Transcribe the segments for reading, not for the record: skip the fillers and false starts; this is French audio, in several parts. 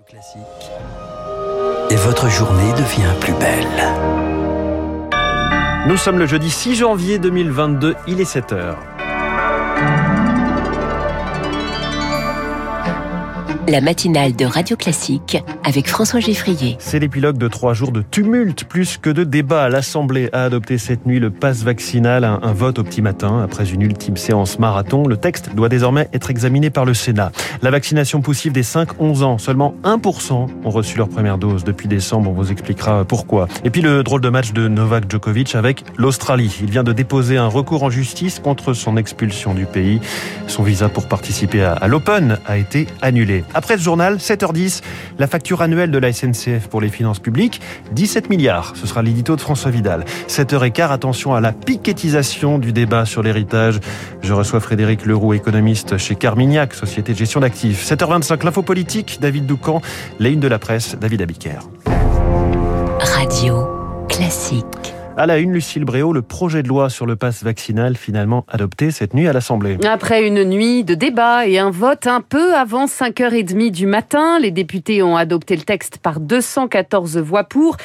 Classique. Et votre journée devient plus belle. Nous sommes le jeudi 6 janvier 2022, il est 7h. La matinale de Radio Classique avec François Geffrier. C'est l'épilogue de 3 jours de tumulte plus que de débat. L'Assemblée a adopté cette nuit le pass vaccinal, un vote au petit matin. Après une ultime séance marathon, le texte doit désormais être examiné par le Sénat. La vaccination poussive des 5-11 ans, seulement 1% ont reçu leur première dose depuis décembre. On vous expliquera pourquoi. Et puis le drôle de match de Novak Djokovic avec l'Australie. Il vient de déposer un recours en justice contre son expulsion du pays. Son visa pour participer à l'Open a été annulé. Après ce journal, 7h10, la facture annuelle de la SNCF pour les finances publiques, 17 milliards. Ce sera l'édito de François Vidal. 7h15, attention à la piquettisation du débat sur l'héritage. Je reçois Frédéric Leroux, économiste chez Carmignac, société de gestion d'actifs. 7h25, l'info politique, David Doucan, la une de la presse, David Abiker. Radio Classique. À la une, Lucille Bréau, le projet de loi sur le pass vaccinal finalement adopté cette nuit à l'Assemblée. Après une nuit de débat et un vote un peu avant 5h30 du matin, les députés ont adopté le texte par 214 voix pour,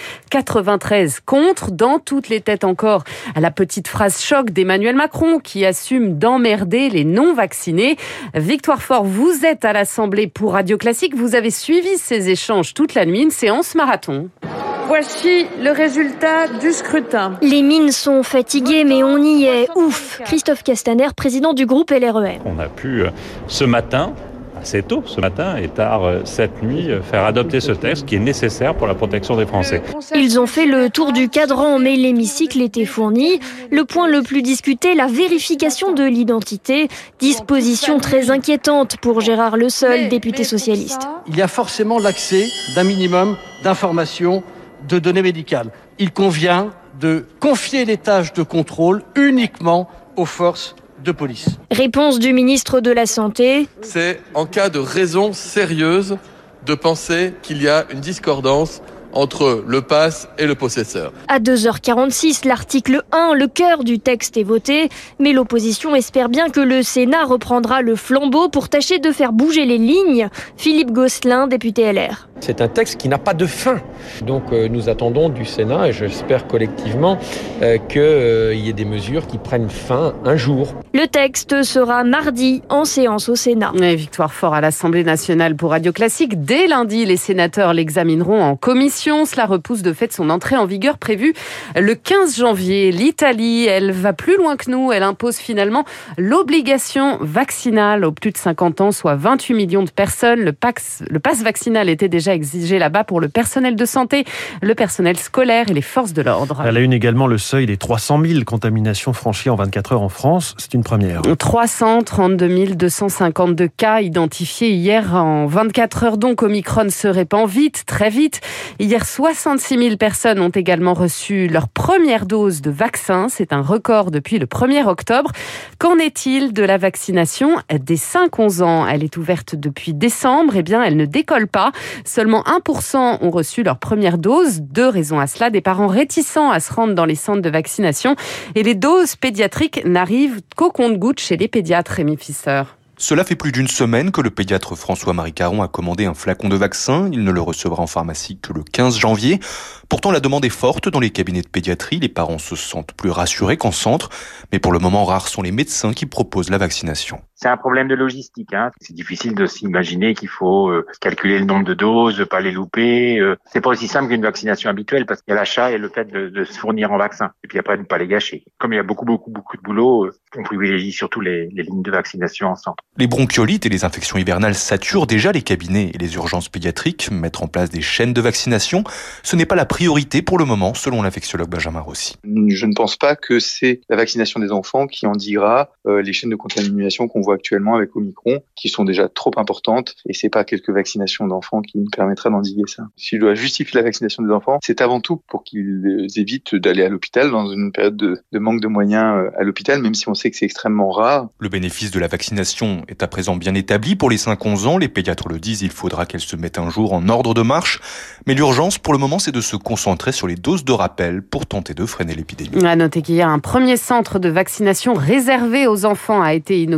93 contre. Dans toutes les têtes encore, à la petite phrase choc d'Emmanuel Macron qui assume d'emmerder les non-vaccinés. Victoire Fort, vous êtes à l'Assemblée pour Radio Classique. Vous avez suivi ces échanges toute la nuit, une séance marathon. Voici le résultat du scrutin. Les mines sont fatiguées, mais on y est. Ouf. Christophe Castaner, président du groupe LREM. On a pu ce matin, assez tôt ce matin et tard cette nuit, faire adopter ce texte qui est nécessaire pour la protection des Français. Ils ont fait le tour du cadran, mais l'hémicycle était fourni. Le point le plus discuté, la vérification de l'identité. Disposition très inquiétante pour Gérard Le Seul, député socialiste. Il y a forcément l'accès d'un minimum d'informations, de données médicales. Il convient de confier les tâches de contrôle uniquement aux forces de police. Réponse du ministre de la Santé. C'est en cas de raison sérieuse de penser qu'il y a une discordance entre le pass et le possesseur. À 2h46, l'article 1, le cœur du texte est voté, mais l'opposition espère bien que le Sénat reprendra le flambeau pour tâcher de faire bouger les lignes. Philippe Gosselin, député LR. C'est un texte qui n'a pas de fin. Donc nous attendons du Sénat, et j'espère collectivement qu'il y ait des mesures qui prennent fin un jour. Le texte sera mardi en séance au Sénat. Et Victoire Fort à l'Assemblée nationale pour Radio Classique. Dès lundi, les sénateurs l'examineront en commission. Cela repousse de fait son entrée en vigueur prévue le 15 janvier. L'Italie, elle va plus loin que nous. Elle impose finalement l'obligation vaccinale aux plus de 50 ans, soit 28 millions de personnes. Le pass vaccinal était déjà exigé là-bas pour le personnel de santé, le personnel scolaire et les forces de l'ordre. À la une également, le seuil des 300 000 contaminations franchies en 24 heures en France. C'est une première. 332 252 cas identifiés hier en 24 heures. Donc, Omicron se répand vite, très vite. Hier, 66 000 personnes ont également reçu leur première dose de vaccin. C'est un record depuis le 1er octobre. Qu'en est-il de la vaccination des 5-11 ans ? Elle est ouverte depuis décembre. Eh bien, elle ne décolle pas. Seulement 1% ont reçu leur première dose. 2 raisons à cela. Des parents réticents à se rendre dans les centres de vaccination. Et les doses pédiatriques n'arrivent qu'au compte-gouttes chez les pédiatres. Rémi Fisser. Cela fait plus d'une semaine que le pédiatre François-Marie Caron a commandé un flacon de vaccin. Il ne le recevra en pharmacie que le 15 janvier. Pourtant, la demande est forte dans les cabinets de pédiatrie. Les parents se sentent plus rassurés qu'en centre. Mais pour le moment, rares sont les médecins qui proposent la vaccination. C'est un problème de logistique. C'est difficile de s'imaginer qu'il faut calculer le nombre de doses, de pas les louper. C'est pas aussi simple qu'une vaccination habituelle parce qu'il y a l'achat et le fait de se fournir en vaccin. Et puis après, de ne pas les gâcher. Comme il y a beaucoup de boulot, on privilégie surtout les lignes de vaccination en centre. Les bronchiolites et les infections hivernales saturent déjà les cabinets et les urgences pédiatriques. Mettre en place des chaînes de vaccination, ce n'est pas la priorité pour le moment, selon l'infectiologue Benjamin Rossi. Je ne pense pas que c'est la vaccination des enfants qui endiguera les chaînes de contamination qu'on voit actuellement avec Omicron, qui sont déjà trop importantes, et c'est pas quelques vaccinations d'enfants qui nous permettraient d'endiguer ça. Si je dois justifier la vaccination des enfants, c'est avant tout pour qu'ils évitent d'aller à l'hôpital dans une période de manque de moyens à l'hôpital, même si on sait que c'est extrêmement rare. Le bénéfice de la vaccination est à présent bien établi pour les 5-11 ans. Les pédiatres le disent, il faudra qu'elle se mette un jour en ordre de marche. Mais l'urgence, pour le moment, c'est de se concentrer sur les doses de rappel pour tenter de freiner l'épidémie. À noter qu'hier, un premier centre de vaccination réservé aux enfants a été inauguré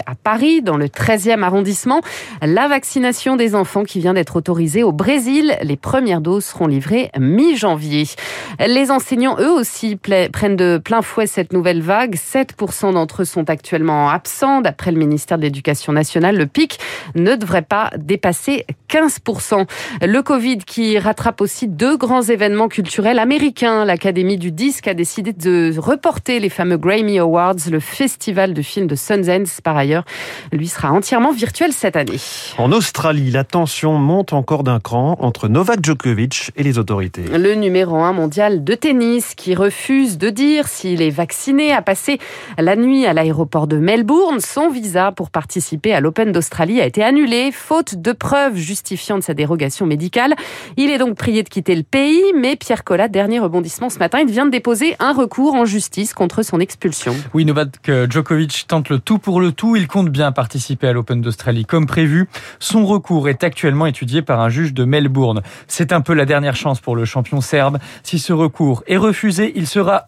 à Paris, dans le 13e arrondissement. La vaccination des enfants qui vient d'être autorisée au Brésil. Les premières doses seront livrées mi-janvier. Les enseignants, eux aussi, prennent de plein fouet cette nouvelle vague. 7% d'entre eux sont actuellement absents. D'après le ministère de l'Éducation nationale, le pic ne devrait pas dépasser 15%. Le Covid qui rattrape aussi 2 grands événements culturels américains. L'Académie du disque a décidé de reporter les fameux Grammy Awards. Le festival de films de Sundance, par ailleurs, lui sera entièrement virtuel cette année. En Australie, la tension monte encore d'un cran entre Novak Djokovic et les autorités. Le numéro 1 mondial de tennis qui refuse de dire s'il est vacciné a passé la nuit à l'aéroport de Melbourne. Son visa pour participer à l'Open d'Australie a été annulé, faute de preuves justifiant de sa dérogation médicale. Il est donc prié de quitter le pays, mais Pierre Collat, dernier rebondissement ce matin, il vient de déposer un recours en justice contre son expulsion. Oui, Novak Djokovic tente le tout pour le tout. Il compte bien participer à l'Open d'Australie comme prévu. Son recours est actuellement étudié par un juge de Melbourne. C'est un peu la dernière chance pour le champion serbe. Si ce recours est refusé, il sera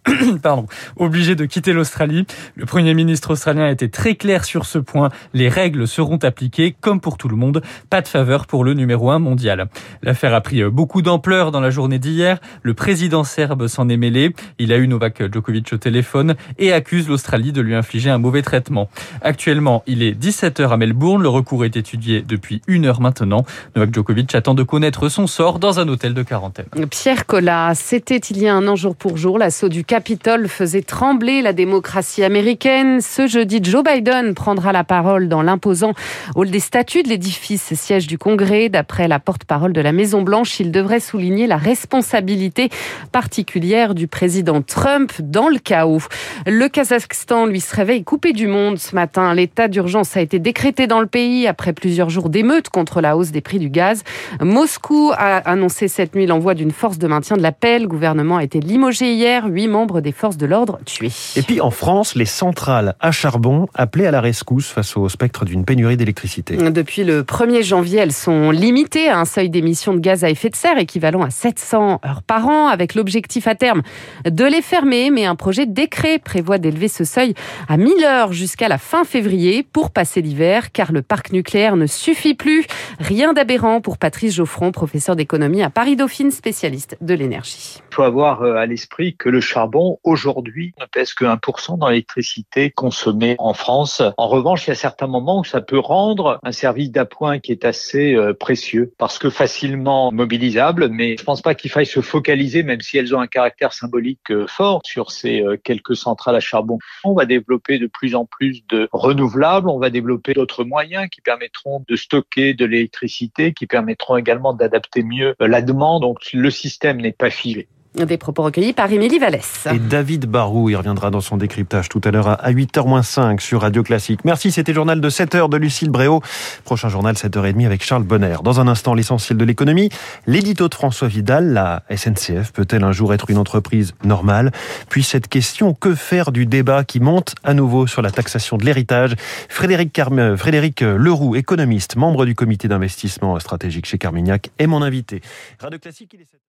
obligé de quitter l'Australie. Le Premier ministre australien a été très clair sur ce point. Les règles seront appliquées comme pour tout le monde. Pas de faveur pour le numéro 1 mondial. L'affaire a pris beaucoup d'ampleur dans la journée d'hier. Le président serbe s'en est mêlé. Il a eu Novak Djokovic au téléphone et accuse l'Australie de lui infliger un mauvais traitement. Actuellement, il est 17h à Melbourne. Le recours est étudié depuis 1 heure maintenant. Novak Djokovic attend de connaître son sort dans un hôtel de quarantaine. Pierre Collat, c'était il y a un an jour pour jour. L'assaut du Capitole faisait trembler la démocratie américaine. Ce jeudi, Joe Biden prendra la parole dans l'imposant hall des statues de l'édifice siège du Congrès. D'après la porte-parole de la Maison-Blanche, il devrait souligner la responsabilité particulière du président Trump dans le chaos. Le Kazakhstan, lui, se réveille coupé du monde ce matin. L'état d'urgence a été décrété dans le pays après plusieurs jours d'émeutes contre la hausse des prix du gaz. Moscou a annoncé cette nuit l'envoi d'une force de maintien de la paix. Le gouvernement a été limogé hier. 8 membres des forces de l'ordre tués. Et puis en France, les centrales à charbon appelées à la rescousse face au spectre d'une pénurie d'électricité. Depuis le 1er janvier, elles sont limitées à un seuil d'émissions de gaz à effet de serre équivalent à 700 heures par an, avec l'objectif à terme de les fermer. Mais un projet de décret prévoit d'élever ce seuil à 1000 heures jusqu'à la fin février pour passer l'hiver, car le parc nucléaire ne suffit plus. Rien d'aberrant pour Patrice Geoffron, professeur d'économie à Paris-Dauphine, spécialiste de l'énergie. Il faut avoir à l'esprit que le charbon, aujourd'hui, ne pèse que 1% dans l'électricité consommée en France. En revanche, il y a certains moments où ça peut rendre un service d'appoint qui est assez précieux, parce que facilement mobilisable, mais je pense pas qu'il faille se focaliser, même si elles ont un caractère symbolique fort, sur ces quelques centrales à charbon. On va développer de plus en plus de renouvelables, on va développer d'autres moyens qui permettront de stocker de l'électricité, qui permettront également d'adapter mieux la demande, donc le système n'est pas figé. Des propos recueillis par Émilie Vallès. Et David Barrou, il reviendra dans son décryptage tout à l'heure à 8h-5 sur Radio Classique. Merci, c'était le journal de 7h de Lucille Bréau. Prochain journal, 7h30 avec Charles Bonner. Dans un instant, l'essentiel de l'économie. L'édito de François Vidal, la SNCF peut-elle un jour être une entreprise normale? Puis cette question, que faire du débat qui monte à nouveau sur la taxation de l'héritage? Frédéric Leroux, économiste, membre du comité d'investissement stratégique chez Carmignac, est mon invité. Radio Classique, il est 7h.